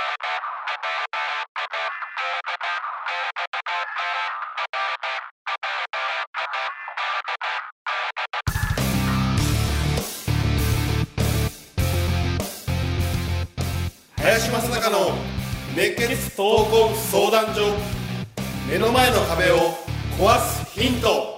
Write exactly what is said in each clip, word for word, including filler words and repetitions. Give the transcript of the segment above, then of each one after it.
林正孝の熱血闘魂相談所。目の前の壁を壊すヒント。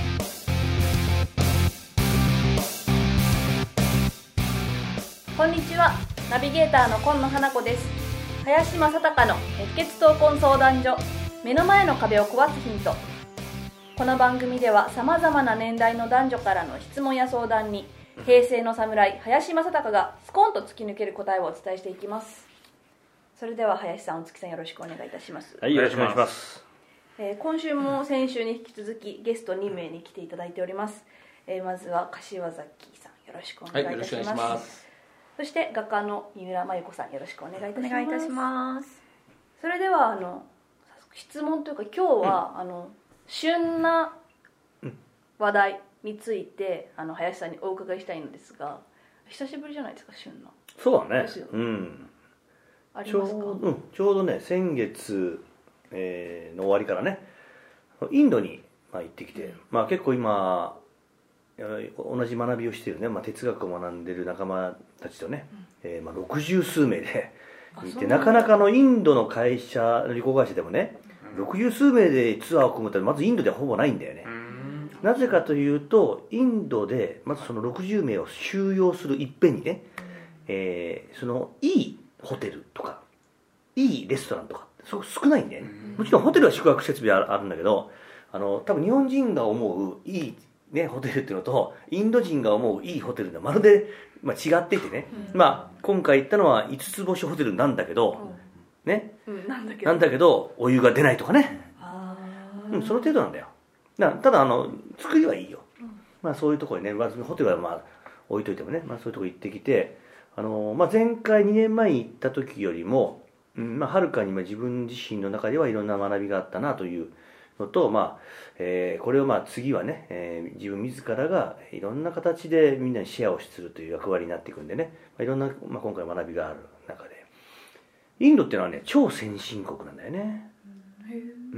こんにちは、ナビゲーターの今野花子です。林正孝の熱血闘魂相談所、目の前の壁を壊すヒント。この番組ではさまざまな年代の男女からの質問や相談に、平成の侍林正孝がスコンと突き抜ける答えをお伝えしていきます。それでは林さん、お月さん、よろしくお願いいたします。 はい、よろしくお願いします。 えー、今週も先週に引き続きゲストに名に来ていただいております。えー、まずは柏崎さん、よろしくお願いいたします。はい、よろしくお願いします。そして画家の三浦真由子さん、よろしくお願いいたします。お願いいたします。それではあの質問というか、今日は、うん、あの旬な話題についてあの林さんにお伺いしたいのですが、久しぶりじゃないですか、旬な。 そうだね。 ですよね。 うん。 ありますか？ ちょう、うん、ちょうどね、先月、えー、の終わりからね、インドに、まあ、行ってきて、うん、まあ結構今同じ学びをしているね、まあ、哲学を学んでいる仲間たちとね、うん、えー、まあ六十数名で行って、なかなかのインドの会社旅行会社でもね、六十数名でツアーを組むとまずインドではほぼないんだよね。なぜかというと、インドでまずそのろくじゅうめいを収容するいっぺんにね、えー、そのいいホテルとかいいレストランとかすごく少ないんだよね。もちろんホテルは宿泊設備あるんだけど、あの多分日本人が思ういい、ね、ホテルっていうのとインド人が思ういいホテルがまるで、まあ、違っていてね、うん、まあ、今回行ったのはいつつ星ホテルなんだけど、うん、ね、うん、なんだけど、なんだけどお湯が出ないとかね、あ、うん、その程度なんだよ。だただあの作りはいいよ、うん、まあ、そういうところにね、まあ、ホテルはまあ置いといてもね、まあ、そういうところ行ってきて、あのまあ、前回にねんまえに行った時よりも、うんまあ、はるかに自分自身の中ではいろんな学びがあったなというのと、まあえー、これをまあ次はね、えー、自分自らがいろんな形でみんなにシェアをするという役割になっていくんでね、まあ、いろんな、まあ、今回学びがある中で、インドっていうのはね超先進国なんだよね。うん、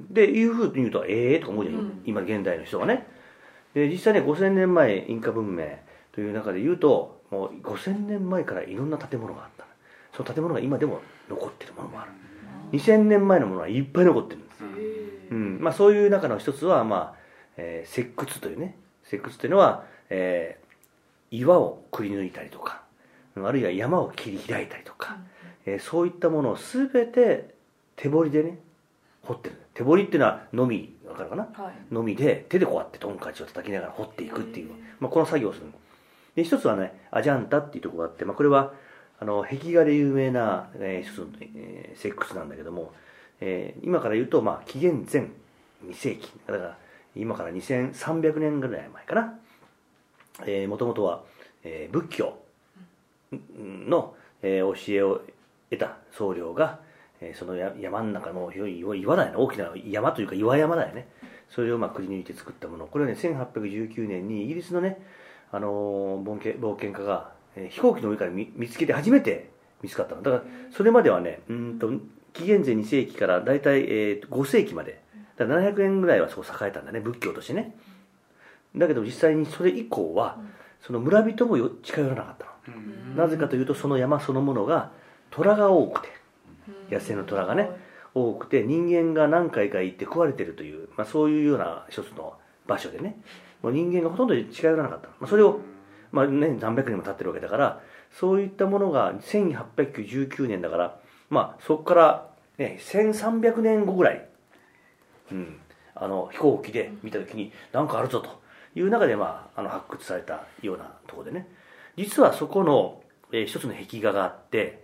でいうふうに言うとええー、とか思うじゃん、うん、今現代の人はね。で実際ねごせんねんまえインカ文明という中で言うと、もうごせんねんまえからいろんな建物があった。その建物が今でも残っているものもある。にせんねんまえのものはいっぱい残ってるんです。うんまあ、そういう中の一つは、まあえー、石窟というね、石窟というのは、えー、岩をくり抜いたりとか、あるいは山を切り開いたりとか、えー、そういったものを全て手彫りでね掘ってる。手彫りっていうのはのみ、分かるかな、はい、のみで手でこうやってトンカチを叩きながら掘っていくっていう、まあ、この作業をする。で一つはねアジャンタっていうところがあって、まあ、これはあの壁画で有名な、えー一つのえー、石窟なんだけども、えー、今から言うと、まあ、紀元前にせいきだから今からにせんさんびゃくねんぐらい前かな。もともとは、えー、仏教の、えー、教えを得た僧侶が、えー、その山の中の広い岩だよね、大きな山というか岩山だよね、それをまあくり抜いて作ったもの。これはねせんはっぴゃくじゅうきゅうねんにイギリスのね、あのー、冒険冒険家が、えー、飛行機の上から 見, 見つけて初めて見つかったのだから、それまではねうんと紀元前にせいきからだいたい、えー、ごせいきまでだからななひゃくねんぐらいはそう栄えたんだね、仏教としてね。だけど実際にそれ以降はその村人も近寄らなかったの。なぜかというと、その山そのものが虎が多くて、野生の虎がね多くて、人間が何回か行って食われてるという、まあ、そういうような一つの場所でね、もう人間がほとんど近寄らなかった。まあ、それを、まあね、何百年も経ってるわけだから、そういったものがせんはっぴゃくじゅうきゅうねんだから、まあ、そこから、ね、せんさんびゃくねんごぐらい、うん、あの飛行機で見た時に何かあるぞという中で、まあ、あの発掘されたようなところでね、実はそこの、えー、一つの壁画があって、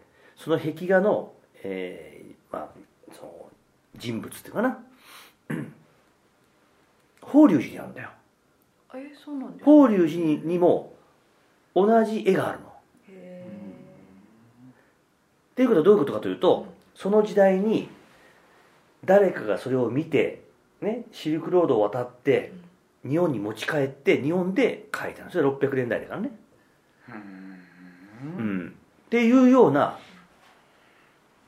その壁画の、えーまあ、その人物っていうかな法隆寺にあるんだよ。 えそうなんですか。 法隆寺にも同じ絵があるの。へっていうことはどういうことかというと、その時代に誰かがそれを見て、ね、シルクロードを渡って日本に持ち帰って日本で描いたの。それはろっぴゃくねんだいだからね。うん、っていうような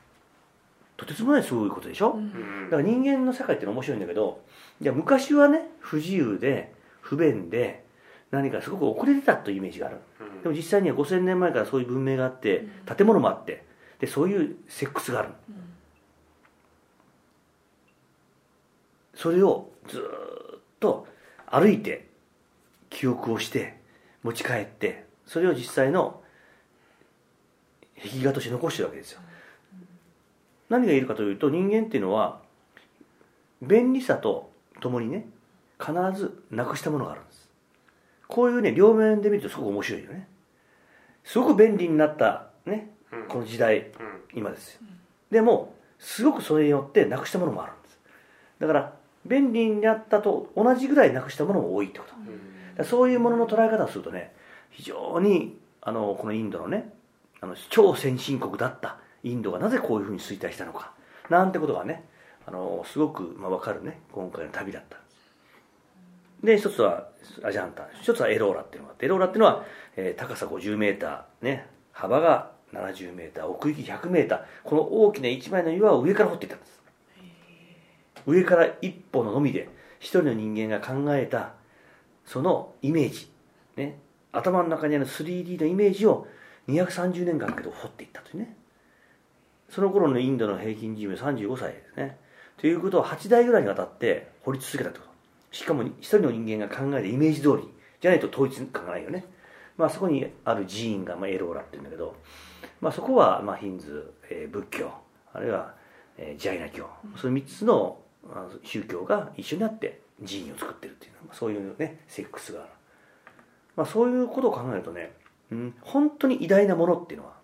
とてつもないすごいことでしょ、 うん、 だから人間の世界ってのは面白いんだけど、じゃあ昔はね不自由で不便で何かすごく遅れてたというイメージがある、うん、でも実際にはごせんねんまえからそういう文明があって、うん、建物もあってでそういうセックスがある、うん、それをずっと歩いて記憶をして持ち帰ってそれを実際の壁画として残してるわけですよ。何が言えるかというと人間っていうのは便利さとともにね必ずなくしたものがあるんです。こういうね両面で見るとすごく面白いよね。すごく便利になったねこの時代今ですよ。でもすごくそれによってなくしたものもあるんです。だから便利になったと同じぐらいなくしたものも多いってこと。だからそういうものの捉え方をするとね非常にあのこのインドのねあの超先進国だったインドがなぜこういうふうに衰退したのかなんてことがねあのすごく、まあ、分かるね今回の旅だったんです。で一つはアジャンタ一つはエローラっていうのがあってエローラっていうのは、えー、高さごじゅうメーター、ね、幅がななじゅうメーター奥行きひゃくメーターこの大きな一枚の岩を上から掘っていったんです。上から一歩ののみで一人の人間が考えたそのイメージ、ね、頭の中にある スリーディー のイメージをにひゃくさんじゅうねんかんかけて掘っていったというね。その頃のインドの平均寿命さんじゅうごさいですね。ということははちだいぐらいにわたって掘り続けたということ。しかも一人の人間が考えたイメージ通りじゃないと統一感がないよね。まあそこにある寺院が、まあ、エローラっていうんだけど、まあ、そこは、まあ、ヒンズー、えー、仏教あるいは、えー、ジャイナ教そのみっつの宗教が一緒になって寺院を作ってるっていう、まあ、そういうねセックスがある、まあ、そういうことを考えるとね、うん、本当に偉大なものっていうのは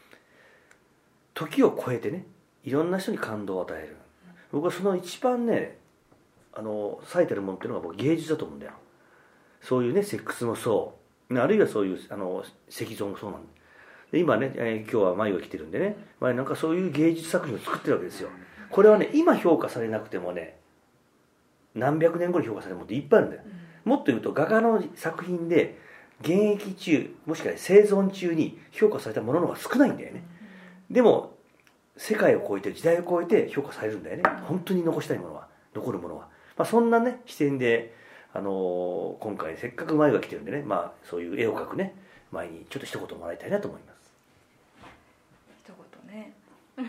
時を超えてねいろんな人に感動を与える。僕はその一番ねあの最たるものっていうのが僕芸術だと思うんだよ。そういうねセックスもそうあるいはそういうあの石像もそうなんだ。で今ね、えー、今日は眉が来てるんでね、まあ、なんかそういう芸術作品を作ってるわけですよ。これはね今評価されなくてもね何百年後に評価されるものっていっぱいあるんだよ、うん、もっと言うと画家の作品で現役中もしくは生存中に評価されたものの方が少ないんだよね、うん、でも世界を超えて時代を超えて評価されるんだよね、うん、本当に残したいものは残るものは、まあ、そんなね視点で、あのー、今回せっかく眉が来てるんでね、まあ、そういう絵を描くね前にちょっと一言もらいたいなと思います。 一言ねね、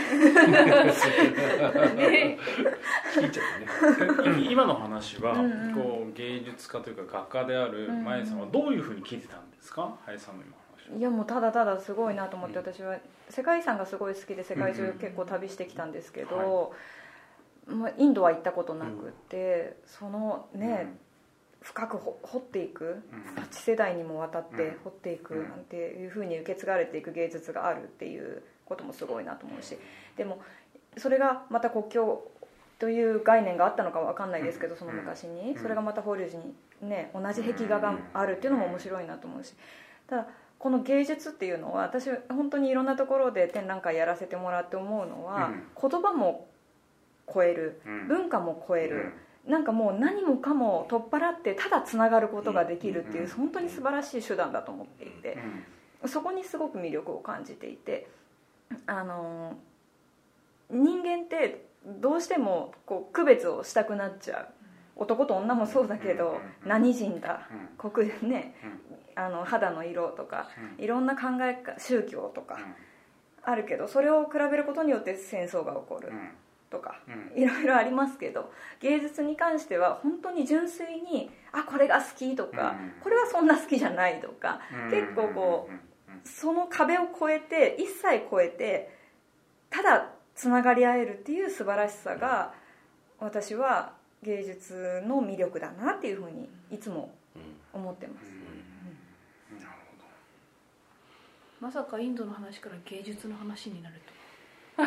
聞いちゃったね。今の話は、うんうん、こう芸術家というか画家であるまえさんはどういうふうに聞いてたんですか、林さんの今の話は。 いやもうただただすごいなと思って、うん、私は世界遺産がすごい好きで世界中結構旅してきたんですけど、うんうんはい、インドは行ったことなくて、うん、そのね、うん深く掘っていくはち世代にもわたって掘っていくなんていうふうに受け継がれていく芸術があるっていうこともすごいなと思うし、でもそれがまた国境という概念があったのかわかんないですけどその昔にそれがまた法隆寺にね同じ壁画があるっていうのも面白いなと思うし、ただこの芸術っていうのは私本当にいろんなところで展覧会やらせてもらって思うのは言葉も超える文化も超えるなんかもう何もかも取っ払ってただつながることができるっていう本当に素晴らしい手段だと思っていて、そこにすごく魅力を感じていて、あの人間ってどうしてもこう区別をしたくなっちゃう。男と女もそうだけど何人だ国ねあの肌の色とかいろんな考え方宗教とかあるけど、それを比べることによって戦争が起こるとかいろいろありますけど、芸術に関しては本当に純粋にあこれが好きとかこれはそんな好きじゃないとか、結構こうその壁を越えて一切越えてただつながり合えるっていう素晴らしさが私は芸術の魅力だなっていうふうにいつも思ってます、うんうん、なるほど。まさかインドの話から芸術の話になると面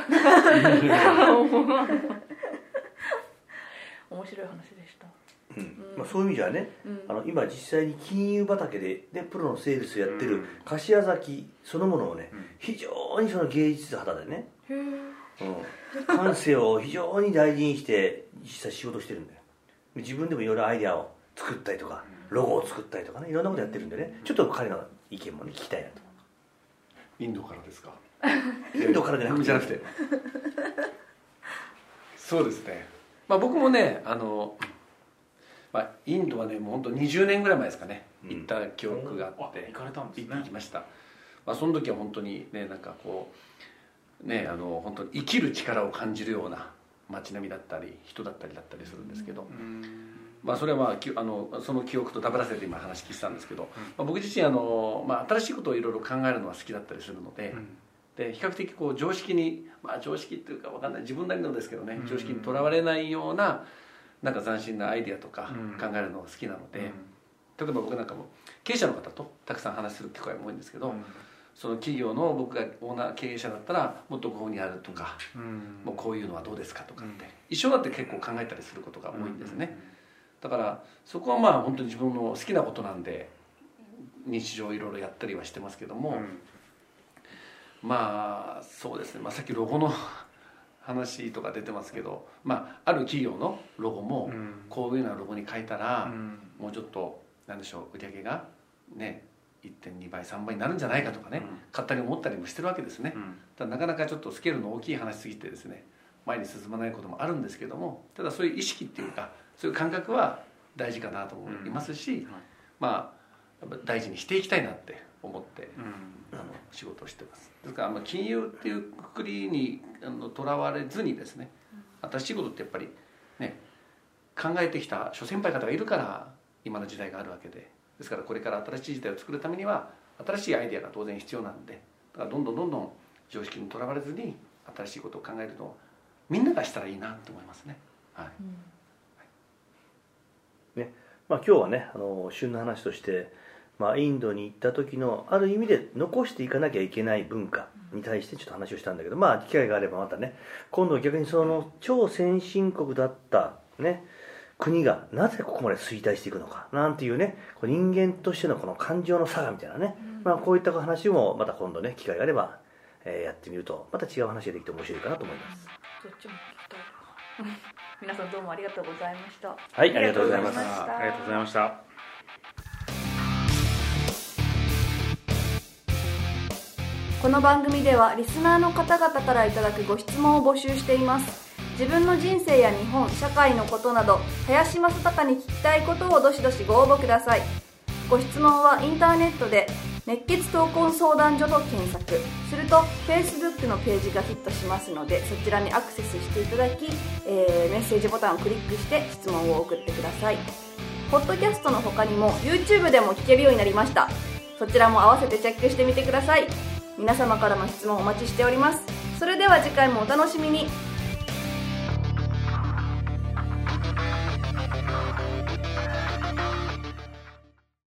白い話でした、 うんうんまあ、そういう意味じゃね、うん、あの今実際に金融畑で、ね、プロのセールスをやってる柏崎そのものをね、うん、非常にその芸術肌でね、うん、感性を非常に大事にして実際仕事してるんだよ。自分でもいろいろアイデアを作ったりとかロゴを作ったりとかねいろんなことやってるんでね、ちょっと彼の意見もね聞きたいなと。 インドからですか？ インドからじゃなくてそうですね、まあ、僕もねあの、まあ、インドはねもう本当にじゅうねんぐらい前ですかね、うん、行った記憶があって、 行かれたんですね。 行ってきました。まあ、その時は本当にねなんかこうねあの本当に生きる力を感じるような街並みだったり人だったりだったりするんですけど、まあ、それは、まあ、あのその記憶とダブらせて今話聞いてたんですけど、まあ、僕自身あの、まあ、新しいことをいろいろ考えるのは好きだったりするので、うん、で比較的こう常識に、まあ、常識っていうか分かんない自分なりのですけどね、常識にとらわれないようななんか斬新なアイデアとか考えるのが好きなので、うん、例えば僕なんかも経営者の方とたくさん話する機会も多いんですけど、うん、その企業の僕がオーナー経営者だったらもっとここにあるとか、うん、もうこういうのはどうですかとかって、うん、一緒だって結構考えたりすることが多いんですね、だからそこはまあ本当に自分の好きなことなんで日常いろいろやったりはしてますけども、うん、まあそうですね、まあ、さっきロゴの話とか出てますけど、まあ、ある企業のロゴもこういうようなロゴに変えたら、うん、もうちょっとなんでしょう売り上げがね いってんに 倍さんばいになるんじゃないかとかね、うん、勝手に思ったりもしてるわけですね、うん、ただなかなかちょっとスケールの大きい話すぎてですね前に進まないこともあるんですけども、ただそういう意識っていうかそういう感覚は大事かなと思いますし、うんはい、まあ大事にしていきたいなって思って、うん、あの仕事をしてます。ですから、まあ、金融っていうくくりにとらわれずにですね、新しいことってやっぱりね考えてきた諸先輩方がいるから今の時代があるわけで、ですからこれから新しい時代を作るためには新しいアイデアが当然必要なんで、だからどんどんどんどん常識にとらわれずに新しいことを考えるのをみんながしたらいいなと思いますね。はい、 うんねまあ、今日はねあの旬の話として、まあ、インドに行った時のある意味で残していかなきゃいけない文化に対してちょっと話をしたんだけど、まあ機会があればまたね今度は逆にその超先進国だったね国がなぜここまで衰退していくのかなんていうね人間としてのこの感情の差がみたいなね、うんまあ、こういった話もまた今度ね機会があれば、えー、やってみるとまた違う話ができて面白いかなと思います。 どっちも聞きたい皆さんどうもありがとうございました。 はい、ありがとうございました。 ありがとうございました。 この番組ではリスナーの方々からいただくご質問を募集しています。自分の人生や日本、社会のことなど林正孝に聞きたいことをどしどしご応募ください。ご質問はインターネットで熱血闘魂相談所と検索すると Facebook のページがヒットしますので、そちらにアクセスしていただき、えー、メッセージボタンをクリックして質問を送ってください。ポッドキャストの他にも YouTube でも聞けるようになりました。そちらも合わせてチェックしてみてください。皆様からの質問お待ちしております。それでは次回もお楽しみに。